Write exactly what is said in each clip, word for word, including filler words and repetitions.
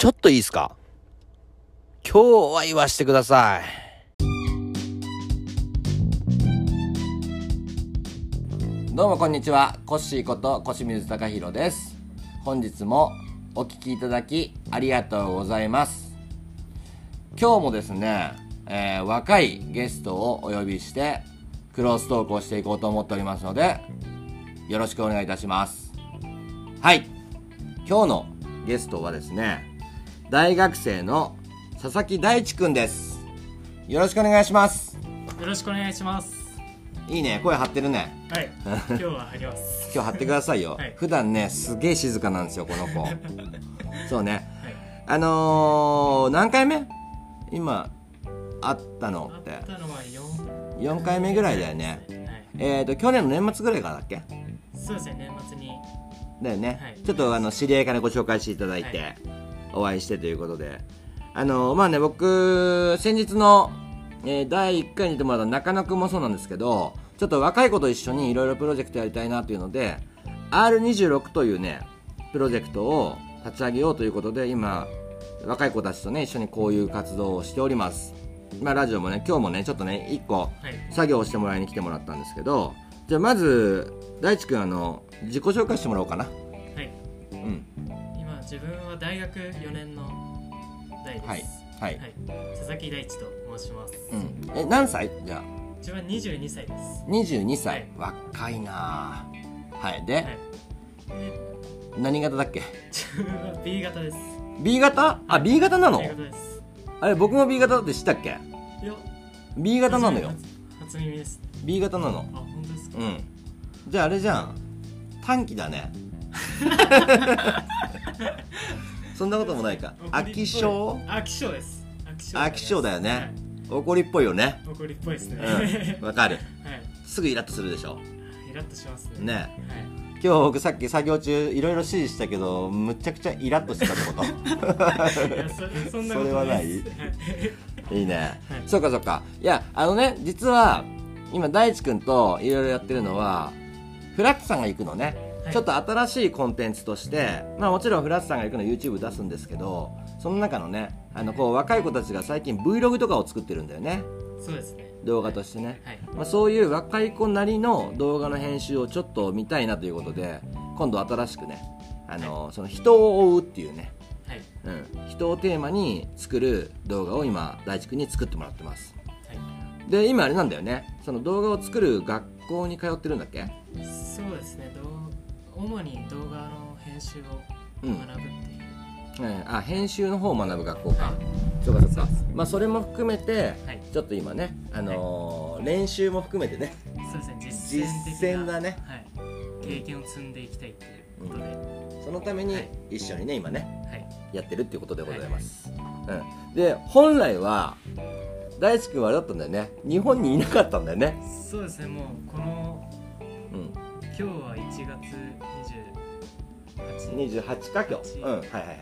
ちょっといいですか？今日は言わしてください。どうもこんにちは、コッシーこと越水貴弘です。本日もお聞きいただきありがとうございます。今日もですね、えー、若いゲストをお呼びしてクロストークをしていこうと思っておりますので、よろしくお願いいたします。はい、今日のゲストはですね、大学生の佐々木大地くんです。よろしくお願いします。 よろしくお願いします。 いいね、声張ってるね。 はい、今日は張ります今日張ってくださいよ、 はい、 普段ねすげえ静かなんですよこの子そうね、 はい、 あのー、何回目今会ったのって会ったのは 4, よんかいめぐらいだよね、 はい、 えーと去年の年末ぐらいからだっけ？ そうですね、年末にだよね、 はい、 ちょっとあの知り合いからご紹介していただいて、はい、お会いしてということで、あのー、まあね僕先日の、えー、だいいっかいに出てもらった中野くんもそうなんですけど、ちょっと若い子と一緒にいろいろプロジェクトやりたいなというので アールにじゅうろく というねプロジェクトを立ち上げようということで、今若い子たちとね一緒にこういう活動をしております。まあラジオもね今日もねちょっとねいっこ作業をしてもらいに来てもらったんですけど、はい、じゃあまず大地くんあの自己紹介してもらおうかな。はい、 うん、今自分は大学よねんの大です。はい、はいはい、佐々木大地と申します。 うん、え何歳？じゃあ自分はにじゅうにさいです。 にじゅうにさい、はい、若いな。はいで、はい、何型だっけ？ 自分は ビー 型です。 ビー 型？あ、ビー 型なの？ ビー 型です。 あれ僕も ビー 型だって知ったっけ？いや ビー 型なのよ。 初耳です。 ビー 型なの。 あ、本当ですか？ うん。じゃああれじゃん、短期だねそんなこともないか。飽き性？ 飽き性です。 飽き性だよね、はい、怒りっぽいよね。 怒りっぽいですね。 わ、うん、かる、 はい、すぐイラッとするでしょ。 イラッとしますね。 ね、 はい、 今日僕さっき作業中いろいろ指示したけどむちゃくちゃイラッとしてたってこといや そ, そ, んなことそれはないいいね、はい、そうかそうか。いやあのね、実は今大地くんといろいろやってるのはフラッツさんが行くのね、はい、ちょっと新しいコンテンツとして、まあもちろんフラッツさんが行くの YouTube 出すんですけど、その中のねあのこう若い子たちが最近 Vlog とかを作ってるんだよね。 そうですね、 動画としてね、 はい、 まあ、そういう若い子なりの動画の編集をちょっと見たいなということで、今度新しくね、あのー、その人を追うっていうね、はい、うん、人をテーマに作る動画を今大地君に作ってもらってます、はい、で今あれなんだよね、その動画を作る学校に通ってるんだっけ？ そうですね、主に動画の編集を学ぶっていう、 うん、あ、編集の方を学ぶ学校か、はい、そうかそうか。まあそれも含めて、はい、ちょっと今ね、あのーはい、練習も含めてね、 そうですね、実践的な実践だね、 はい、経験を積んでいきたいっていうことで、 うん、そのために一緒にね今ね、はい、やってるっていうことでございます、はいはい、うん、で本来は大地君はあれだったんだよね、日本にいなかったんだよね。 そうですね、もうこの、うん、今日はいちがつにじゅうはちか今日、うん、はいはいはい、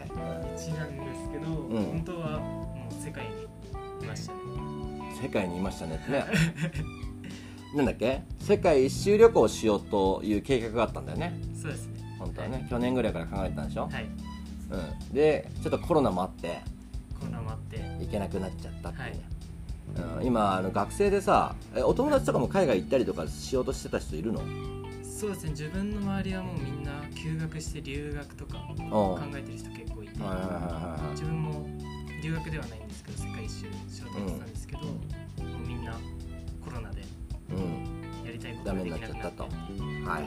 いちなんですけど、うん、本当はもう世界にいましたね。 世界にいましたねってねなんだっけ、世界一周旅行をしようという計画があったんだよね。 そうですね、 本当はね、はい、去年ぐらいから考えてたんでしょ。はい、うん、でちょっとコロナもあってコロナもあって行けなくなっちゃったっていうね、 はい、 うん、今あの学生でさ、えお友達とかも海外行ったりとかしようとしてた人いるの？ そうですね、自分の周りはもうみんな休学して留学とか考えてる人結構いて、自分も留学ではないんですけど世界一周しようと思ってたんですけど、うん、もうみんなコロナでやりたいことができなくなって、うん、ダメになっちゃったと。はいはいはい、はい、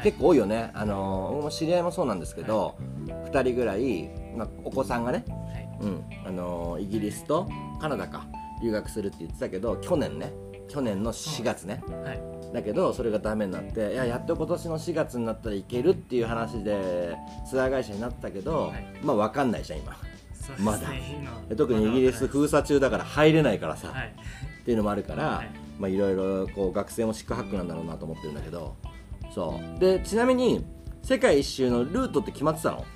結構多いよね。あの僕も知り合いもそうなんですけど、はい、ふたりぐらい、まあ、お子さんがね、はい、うん、あのイギリスとカナダか留学するって言ってたけど、去年ね去年のしがつね、はい、だけどそれがダメになって、いややっと今年のしがつになったらいけるっていう話でツアー会社になったけど、はい、まあ分かんないじゃん今、ね、まだ特にイギリス封鎖中だから入れないからさ、はい、っていうのもあるから、はい、まあいろいろこう学生も四苦八苦なんだろうなと思ってるんだけど、そうでちなみに世界一周のルートって決まってたの？はい、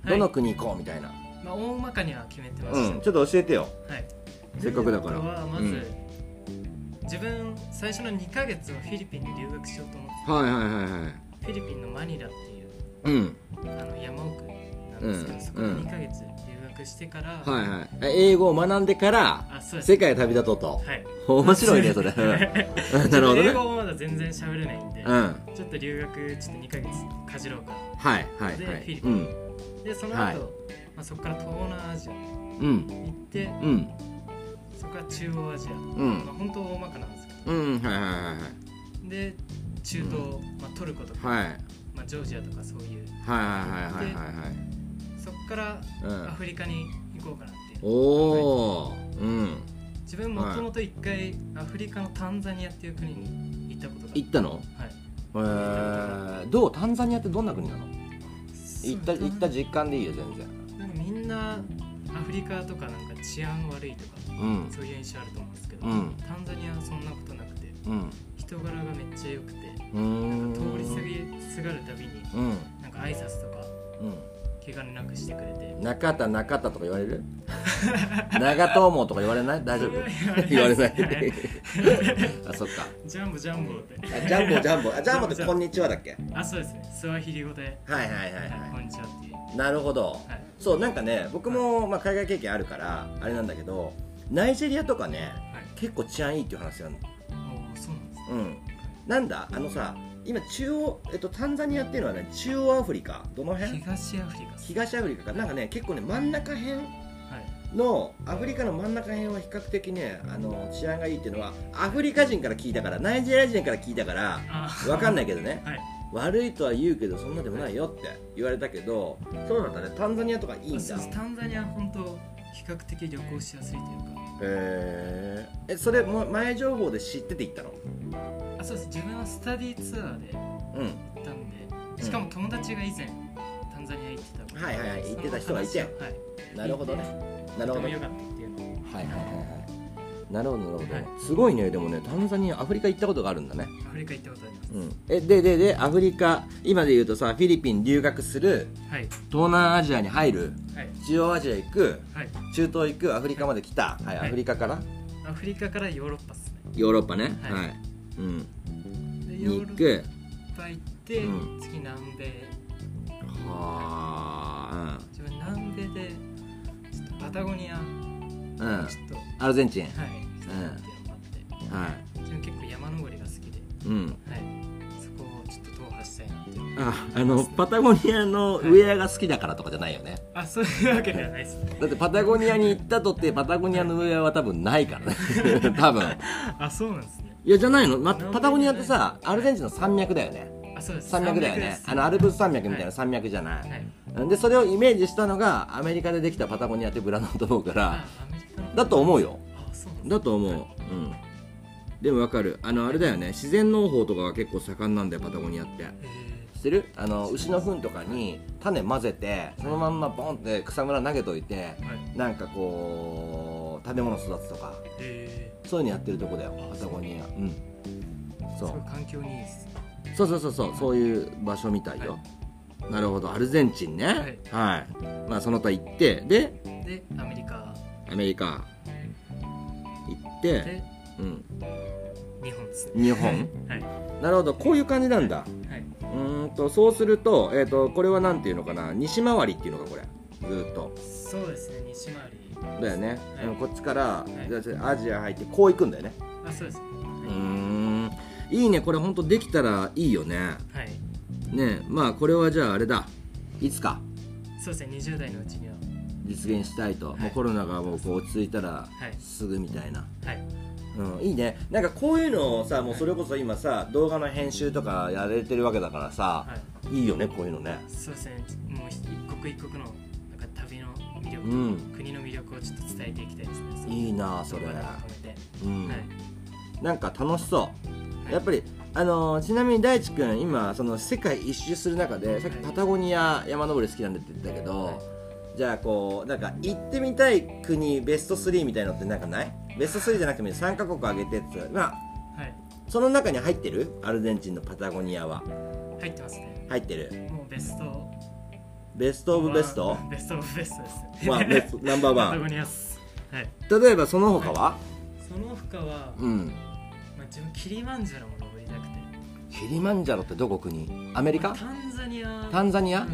どの国行こうみたいな。 まあ大まかには決めてました、 うん、ちょっと教えてよ、 はい、 せっかくだから。 ルートはまず、うん、自分最初のにかげつはフィリピンに留学しようと思って、 はいはいはいはい、 フィリピンのマニラっていう、 うん、 あの山奥なんんですけど、そこでにかげつ留学してから、 はいはい、英語を学んでから世界を旅立とうと。はい、面白いねそれ。なるほどね。 英語もまだ全然喋れないんで、うん、ちょっと留学ちょっとにかげつかじろうか。 はいはいはい。 でフィリピン、うん、でその後、はい、まあそこから東南アジア行って、うん、そこから中央アジア、うん、まあ本当大まかなんですけど、うん、はいはいはいはい。で中東、うん、まあトルコとか、はい、まあジョージアとかそういう、はいはいはいはいはい。そこからアフリカに行こうかなっていう。おお、うん。自分もともと一回アフリカのタンザニアっていう国に行ったことがあって。 行ったの？はい。えー、どう？タンザニアってどんな国なの？行った行った実感でいいよ全然。 なんかみんなアフリカとかなんか治安悪いとか、うん、そういう印象あると思うんですけど、うん、タンザニアはそんなことなくて、うん、人柄がめっちゃ良くて、なんか通り過ぎすがるたびに、うん、なんか挨拶とか、うん、気兼ねなくしてくれて。 中田中田とか言われる？長友とか言われない？大丈夫？言われない。あ、そっか。 ジャンボジャンボって。 あ、ジャンボジャンボ。あ、ジャンボってこんにちはだっけ？ あ、そうですね。スワヒリ語で。 はいはいはいはい。 こんにちはっていう。 なるほど。はい、そうなんかね、僕もまあ海外経験あるからあれなんだけど、ナイジェリアとかね、はい、結構治安いいっていう話があるの。 あ、そうなんですか。 うん。なんだあのさ。今中央、えっと、タンザニアっていうのはね、中央アフリカどの辺？ 東アフリカ。 東アフリカかなんかね、結構ね真ん中辺の、はい、アフリカの真ん中辺は比較的ねあの治安がいいっていうのはアフリカ人から聞いたから、ナイジェリア人から聞いたからわかんないけどね、はい、悪いとは言うけどそんなでもないよって言われたけど、そうなんだね。タンザニアとかいいんだ。 タンザニアは本当比較的旅行しやすいというか。 へえ。それ前情報で知ってて行ったの？ あ、そうです。自分はスタディツアーで行ったんで、うん、しかも友達が以前タンザニア行ってた、 はいはいはい、行ってた人がいて、はい、なるほどね。なるほど。 良かったっていうのを。はいはいはいはい。 なるほどなるほど、はい、すごいね。でもね、タンザニア、アフリカ行ったことがあるんだね。 アフリカ行ったことあります。 うん、えでででアフリカ、今で言うとさ、フィリピン留学する、はい、東南アジアに入る、はい、中央アジア行く、はい、中東行く、アフリカまで来た、はいはい、アフリカからアフリカからヨーロッパっすね。 ヨーロッパね、はい、はい、うん、 でヨーロッパ行って、うん、次南米。はあ、うん、自分南米でちょっとパタゴニア、うん、ちょっとアルゼンチン、 はい、うん、っていうのもあって、はい、自分結構山登りが好きで、うん、はい、そこをちょっと踏破したいなっていう。 あ、あのパタゴニアのウェアが好きだからとかじゃないよね、 はい、あ、そういうわけではないですね。 だってパタゴニアに行ったとってパタゴニアのウェアは多分ないからね多分。 あ、そうなんですね。 いやじゃないの、ま、パタゴニアってさ、アルゼンチンの山脈だよね。 あ、そうです。 山脈だよね。あのアルプス山脈みたいな山脈じゃない、はい、でそれをイメージしたのがアメリカでできたパタゴニアってブランドだと思うから、だと思うよ。あ、そうなんですね。だと思う、はい、うん。でもわかる。あのあれだよね、自然農法とかが結構盛んなんだよパタゴニアって。知ってる？あの牛の糞とかに種混ぜてそのまんまボンって草むら投げといて、はい、なんかこう食べ物育つとか、そういうのやってるとこだよパタゴニア。うん。 そう。環境にいいです。 そうそうそうそう、そういう場所みたいよ。はい、なるほど。アルゼンチンね。はい。はい、まあその他行ってででアメリカ。 アメリカ行って。でうん。 日本ですね。 日本。はい。なるほど。こういう感じなんだ。はい。うんとそうすると、えー、とこれはなんていうのかな、西回りっていうのかこれずっと。 そうですね、西回りだよね、はい、こっちから、はい、アジア入ってこう行くんだよね。 あ、そうです、はい、 うーん、いいね。これ本当できたらいいよね。はい。ね、まあこれはじゃああれだ、いつかそうですね、にじゅう代のうちには実現したいと、はい、もうコロナがもうこう落ち着いたらすぐみたいな。はい、うん、いいね。なんかこういうのをさ、もうそれこそ今さ、動画の編集とかやれてるわけだからさ、はい、いいよねこういうのね。そうですね、 もう一刻一刻のなんか旅の魅力、うん、国の魅力をちょっと伝えていきたいですね。 いいなそれ。うん、はい、なんか楽しそう、はい、やっぱりあのー、ちなみに大地君今その世界一周する中でさっきパタゴニア山登り好きなんだって言ったけど、はい、じゃあこうなんか行ってみたい国ベストスリーみたいのってなんかない？ベストスリーじゃなくてもさんカ国挙げてって、まあ、はい、その中に入ってる？アルゼンチンのパタゴニアは入ってますね。 入ってる。 もうベストベストオブベスト？ ベストオブベストです。 まあベストナンバーワン。 パタゴニアス。はい。 例えばその他は？はい、 その他は、うん、まあ自分キリマンジャロも登りたくて。 キリマンジャロってどこ国？アメリカ？ タンザニア。 タンザニア？ ですかね。は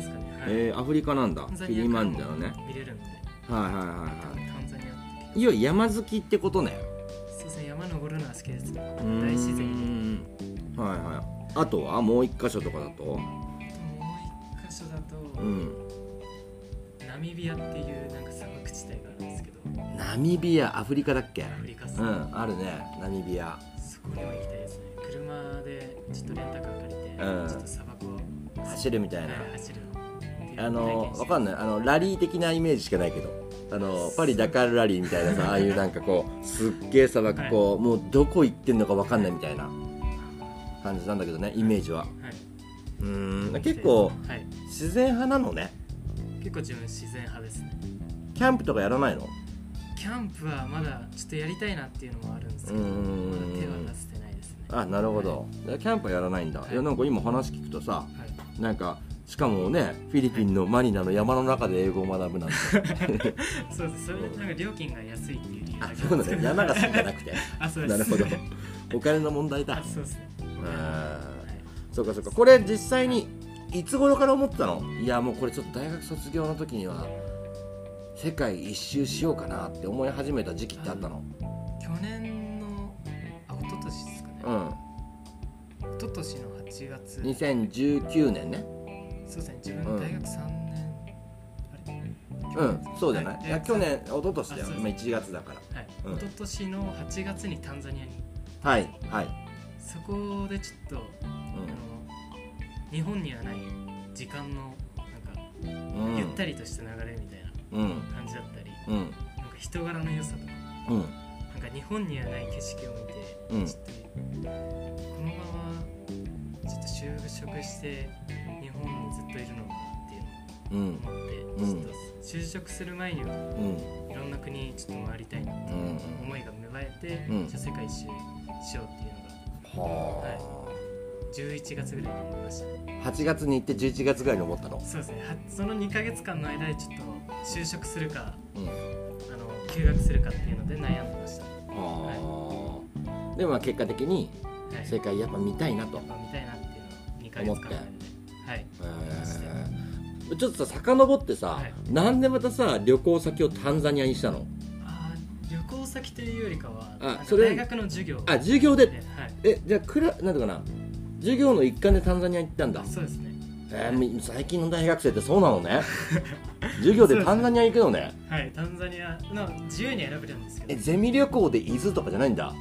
えー、アフリカなんだ。キリマンジャロね。 見れるんで。 はいはいはいはい。 タンザニアって。 いわゆる山好きってことね。 そうですね、山登るのは好きですね。 大自然。 はいはい。あとはもう一箇所とかだと。もう一箇所だと。 うん。 ナミビアっていうなんか砂漠地帯があるんですけど。 ナミビア、アフリカだっけ？ アフリカっすね。 うん、あるね、ナミビア。 そこにも行きたいですね。車でちょっとレンタカー借りて、うん、ちょっと砂漠を走るみたいな。 走る。 あのわかんない、あのラリー的なイメージしかないけど、あのパリダカールラリーみたいなさ、ああいうなんかこうすっげえ砂漠こう、はい、もうどこ行ってんのかわかんないみたいな感じなんだけどね、イメージは。はい、うーん、結構、はい、自然派なのね。 結構自分自然派ですね。 キャンプとかやらないの？ キャンプはまだちょっとやりたいなっていうのもあるんですけど、まだ手は出せてないですね。 あ、なるほど。はい、キャンプはやらないんだ。はい、いやなんか今話聞くとさ、はい、なんかしかもね、フィリピンのマニラの山の中で英語を学ぶなんて。 そうです。それなんか料金が安いっていう理由だけです。 そうだね。山が好きじゃなくて。 あ、そうです。 なるほど。お金の問題だ。 そうですね。 あ、そうかそうか。これ実際にいつ頃から思ってたの？いやもうこれちょっと大学卒業の時には世界一周しようかなって思い始めた時期ってあったの？ 去年のあ一昨年ですかね。うん。一昨年のはちがつ。 にせんじゅうきゅうねんね。 そうですね。自分大学さんねん、 うん、うん、そうじゃない？はい、いや去年一昨年だよ。今いちがつだから。 はい。うん、一昨年のはちがつにタンザニアに。 はいはい。 そこでちょっと、うん、あの日本にはない時間のなんか、うん、ゆったりとした流れみたいな感じだったり、うん、なんか人柄の良さとか、うん、なんか日本にはない景色を見て、うん、ちょっとこのままちょっと就職して日本にずっといるのかなっていうのを思って、うん、ちょっと就職する前には、うん、いろんな国ちょっと回りたいなっていう思いが芽生えて、うん、じゃあ世界一周しようっていうのが、はあ、はい、じゅういちがつぐらいに思いましたね。 はちがつに行ってじゅういちがつぐらいに思ったの？ そうですね。そのにかげつかんの間でちょっと就職するか、うん、あの休学するかっていうので悩んでました。 はい、でもまあ結果的に世界やっぱ見たいなと、 はい、やっぱ見たいなっていうのをにかげつかんの間で、はい、 えー、ちょっとさ遡ってさ、はい、なんでまたさ旅行先をタンザニアにしたの？ あ、旅行先というよりかは、 あ、それ大学の授業。 あ、授業で、はい、え、じゃあくらなんていうかな、授業の一環でタンザニアに行ったんだ。 そうですね。 えー、最近の大学生ってそうなのね。授業でタンザニア行くのね。 はい、タンザニアの自由に選べるんですけど。 え、ゼミ旅行で伊豆とかじゃないんだ。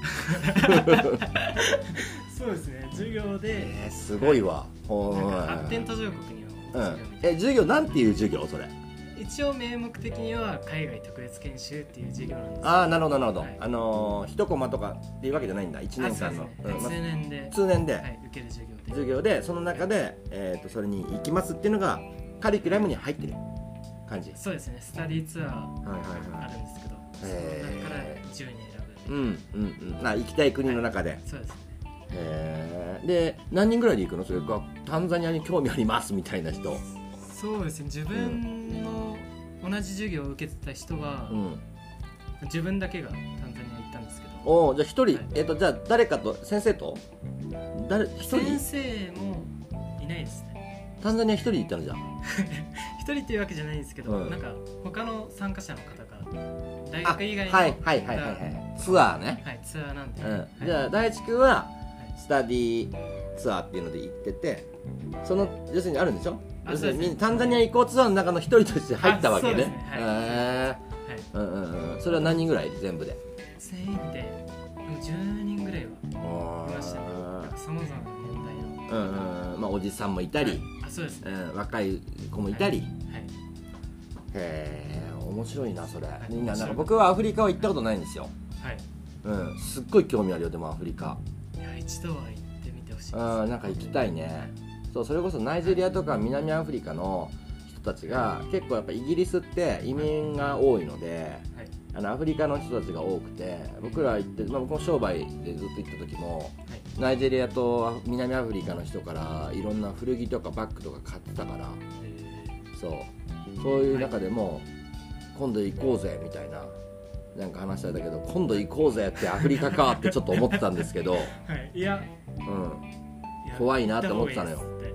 そうですね、授業で、 えー、すごいわ。 はい、発展途上国には、 うん、え、授業なんていう授業それ？ 一応名目的には海外特別研修っていう授業なんです。 ああ、なるほどなるほど、はい、あのー、一コマとかっていうわけじゃないんだ。いちねんかんの、 うん、通年で通年で、 はい、受ける授業で授業でその中で、はい、えー、とそれに行きますっていうのがカリキュラムに入ってる感じ。 そうですね。スタディツアーあるんですけど、その中から自由に選ぶ。うんうんうん。あ、行きたい国の中で、はい、 そうですね。 へー。で何人ぐらいで行くの？それかタンザニアに興味ありますみたいな人。 そうですね。自分の同じ授業を受けてた人は、うん、自分だけがタンザニア行ったんですけど。おお、じゃあ一人、はい、えっとじゃあ誰かと先生と誰一人？ 先生もいないですね。 タンザニア一人で行ったの？じゃん。 一人っていうわけじゃないんですけど、うん、なんか他の参加者の方が大学以外の、 はいはいはいはいはい、ツアーね。 はい、ツアーなんで、 うん、 はい、 じゃあ大地君はスタディツアーっていうので行ってて、その要するにあるんでしょ？要するにタンザニア行こうツアーの中の一人として入ったわけね。そうですね。はい。へー、はい、うんうんうん。それは何人ぐらい全部で？ 全員でじゅうにんぐらいはいましたね。さまざまな年代の。 うんうん。まあおじさんもいたり、はい、 あ、そうですね。 うん、若い子もいたり。はい。はい、へえ、面白いなそれ。はい、みんななんか僕はアフリカは行ったことないんですよ。はい。うん、すっごい興味あるよ。でもアフリカ。 いや、一度は行ってみてほしいです。 ああ、なんか行きたいね。そう、それこそナイジェリアとか南アフリカの人たちが結構やっぱイギリスって移民が多いので、はい、あのアフリカの人たちが多くて、僕ら行って、まあ、僕も商売でずっと行った時も、はい、ナイジェリアと南アフリカの人からいろんな古着とかバッグとか買ってたから、そうそういう中でも、はい、今度行こうぜみたいななんか話したんだけど、今度行こうぜってアフリカかってちょっと思ってたんですけど、はい、 いや、 うん、怖いなって思ってたのよ。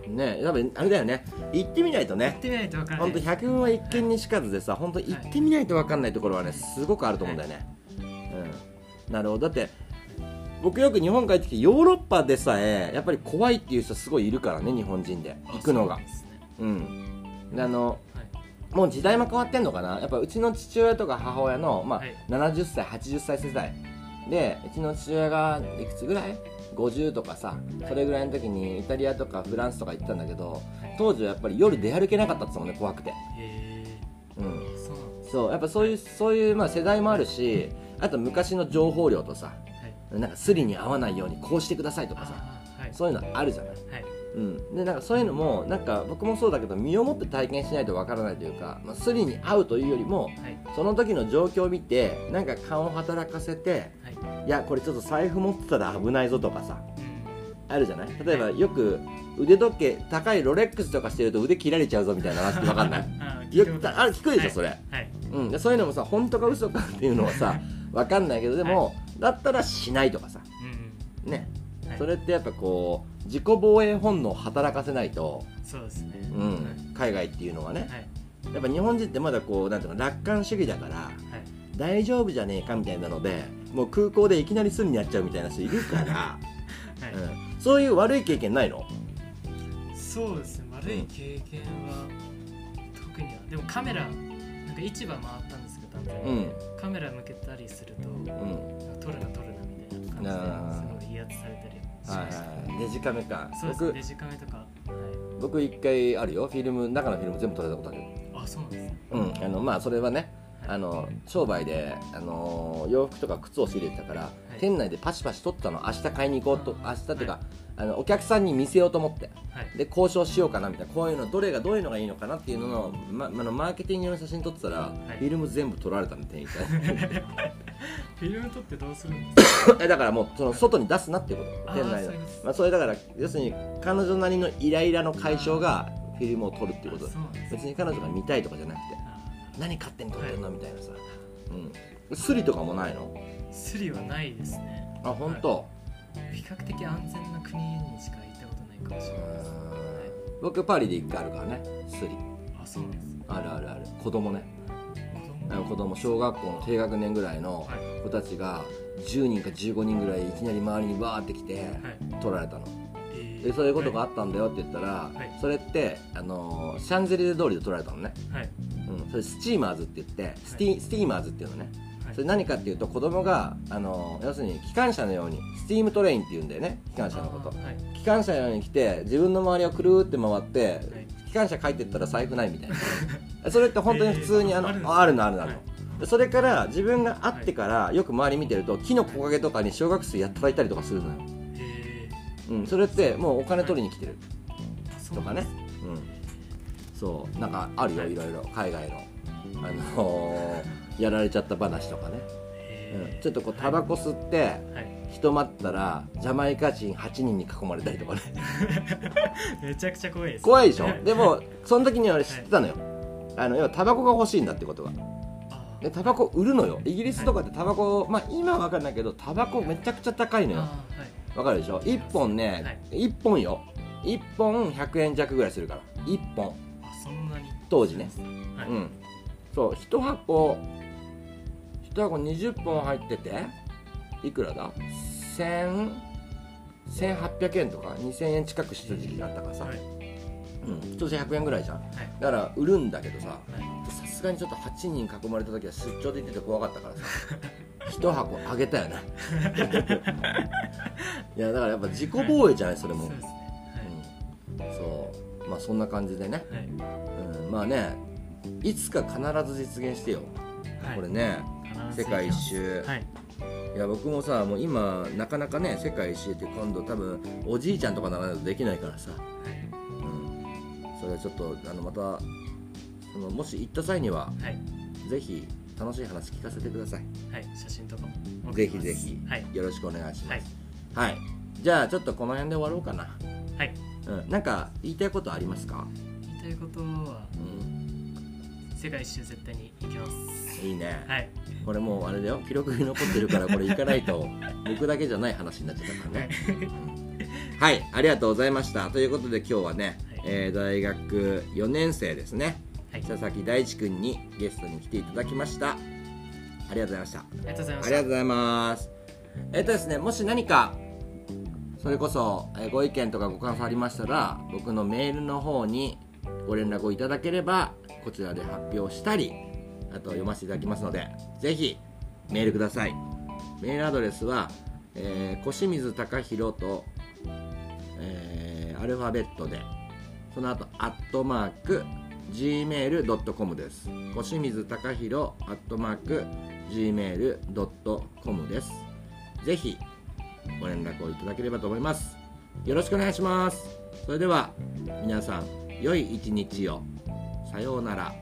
ね、多分あれだよね、行ってみないとね、 行ってみないと分からない。 本当百聞は一見にしかずでさ、本当行ってみないと分かんないところはね、すごくあると思うんだよね。うん、なるほど。だって僕よく日本帰ってきてヨーロッパでさえやっぱり怖いっていう人すごいいるからね、日本人で行くのが。う、ね、うん。であの、はい、もう時代も変わってんのかな。やっぱうちの父親とか母親の、まあはい、ななじゅっさいはちじゅっさい世代で、うちの父親がいくつぐらいごじゅうとかさ、それぐらいの時にイタリアとかフランスとか行ったんだけど、当時はやっぱり夜出歩けなかったって言ったもんね、怖くて。へー、うん、そうそう、やっぱそういうそういうまあ世代もあるし、あと昔の情報量とさ、はい、なんかスリに合わないようにこうしてくださいとかさ、はい、そういうのあるじゃない。はい、うん、でなんかそういうのもなんか僕もそうだけど、身をもって体験しないとわからないというか、まあ、スリに合うというよりも、はい、その時の状況を見てなんか勘を働かせて、はい、いやこれちょっと財布持ってたら危ないぞとかさ、うん、あるじゃない。例えばよく腕時計高いロレックスとかしてると腕切られちゃうぞみたいな話って分かんないよくあれ聞くでしょ、はい、それ、はい、うん、でそういうのもさ、本当か嘘かっていうのはさ分かんないけど、でも、はい、だったらしないとかさ、うん、ね、はい、それってやっぱこう自己防衛本能を働かせないと。そうですね、うん、はい、海外っていうのはね、はい、やっぱ日本人ってまだこうなんていうの、楽観主義だから、はい、大丈夫じゃねえかみたいなので、もう空港でいきなりスリにやっちゃうみたいな人いるから、はい、うん、そういう悪い経験ないの？ そうですね、悪い経験は、うん、特には。でもカメラなんか市場回ったんですけど、うん、カメラ向けたりすると、うん、撮るな撮るなみたいな感じですごい威圧されたりしました、 はいはい、デジカメか。 そうです、デジカメとか、はい、 僕一回あるよ、フィルム、中のフィルム全部撮れたことあるよ。 あ、そうなんですね。 うん、あのまあそれはね、あの商売で、あの洋服とか靴を仕入れてたから、はい、店内でパシパシ撮ったの。明日買いに行こうと、明日っていうか、はい、あのお客さんに見せようと思って、はい、で交渉しようかなみたいな、こういうのどれがどういうのがいいのかなっていうのの、ま、あのマーケティングの写真撮ってたら、はい、フィルム全部撮られたの、店員さんにフィルム撮ってどうするんですか？ だからもうその外に出すなっていうこと、はい、店内の、まあ、それだから要するに彼女なりのイライラの解消がフィルムを撮るっていうことで、別に彼女が見たいとかじゃなくて、何勝手に撮ってんの、はい、みたいなさ、うん、スリとかもないの？ スリはないですね。 あ、本当、はい、 比較的安全な国にしか行ったことないかもしれないです、はい、 僕パリで一回あるからね、スリ。 あ、そうなんです。 あるあるある。子供ね、子供子供小学校の低学年ぐらいの子たちがじゅうにんかじゅうごにんぐらいいきなり周りにバーって来て、はい、撮られたの、えー、でそういうことがあったんだよって言ったら、はい、それってあのシャンゼリゼ通りで撮られたのね、はい、うん、それスチーマーズって言ってスティ、はい、スティーマーズっていうのね、それ何かっていうと、子供があの要するに機関車のようにスティームトレインっていうんだよね、機関車のこと、はい、機関車のように来て自分の周りをくるーって回って、はい、機関車帰ってったら財布ないみたいなそれって本当に普通にあの、えー、あるのあるのあるの、はい、それから自分が会ってからよく周り見てると、木の木陰とかに小学生やっていたりとかするのよ、えーうん、それってもうお金取りに来てる、はい、とかね、うん、そうなんかあるよ、はい、いろいろ海外のあのー、やられちゃった話とかね、うん、ちょっとこうタバコ吸って、はい、人待ったらジャマイカ人はちにんに囲まれたりとかねめちゃくちゃ怖いです、ね、 怖いでしょ。でもその時には俺知ってたのよ、はい、あの要はタバコが欲しいんだってことが。でタバコ売るのよ、イギリスとかでタバコ、はい、まあ今は分かんないけどタバコめちゃくちゃ高いのよ、はい、分かるでしょ。いっぽんね、はい、いっぽんよ、いっぽんひゃくえん弱ぐらいするから、いっぽん、 あ、そんなに当時ね、はい、うん、そう、いち箱いち箱にじゅっぽん入ってていくらだ、せんはっぴゃくえんとかにせんえん近くした時期があったからさ、はい、うん、ひとつひゃくえんぐらいじゃん、はい、だから売るんだけどさ、さすがにちょっとはちにん囲まれた時は出張で行ってて怖かったからさいち箱あげたよねいやだからやっぱ自己防衛じゃない、それも。そうですね、はい、うん、そう、まあそんな感じでね、はい、うん、まあね、いつか必ず実現してよ、はい、これね、世界一周、はい、いや僕もさ、もう今なかなかね世界一周って今度多分おじいちゃんとかならないとできないからさ、はい、うん、それはちょっとあのまたそのもし行った際には、はい、ぜひ楽しい話聞かせてください。 はい、写真とかもぜひぜひ、はい、よろしくお願いします。はい、はい、じゃあちょっとこの辺で終わろうかな。はい、うん、なんか言いたいことありますか？ 言いたいことは、うん、世界一周絶対に行きます。 いいね。はい。これもうあれだよ、記録に残ってるからこれ行かないと僕だけじゃない話になっちゃったからね。 はい、ありがとうございました。ということで今日はね、 はい、 えー、大学よねん生ですね、 はい、 佐々木大地くんにゲストに来ていただきました。ありがとうございました。ありがとうございました。 ありがとうございます。えっとですね、もし何かそれこそ、えー、ご意見とかご感想ありましたら、僕のメールの方にご連絡をいただければこちらで発表したり、あと読ませていただきますので、ぜひメールください。メールアドレスは、えー、小清水貴弘と、えー、アルファベットで、その後アットマーク ジーメールドットコム です。小清水貴弘アットマーク ジーメールドットコム です。ぜひご連絡をいただければと思います。よろしくお願いします。それでは皆さん、良い一日を。さようなら。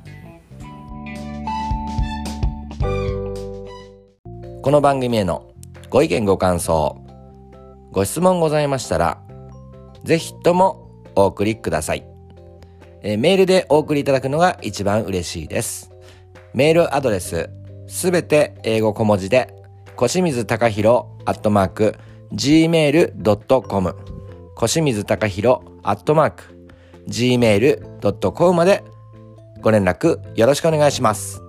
この番組へのご意見ご感想、ご質問ございましたら、ぜひともお送りください。えー、メールでお送りいただくのが一番嬉しいです。メールアドレスすべて英語小文字で、小清水貴弘アットマーク ジーメールドットコム、 小清水貴弘アットマーク ジーメールドットコム までご連絡よろしくお願いします。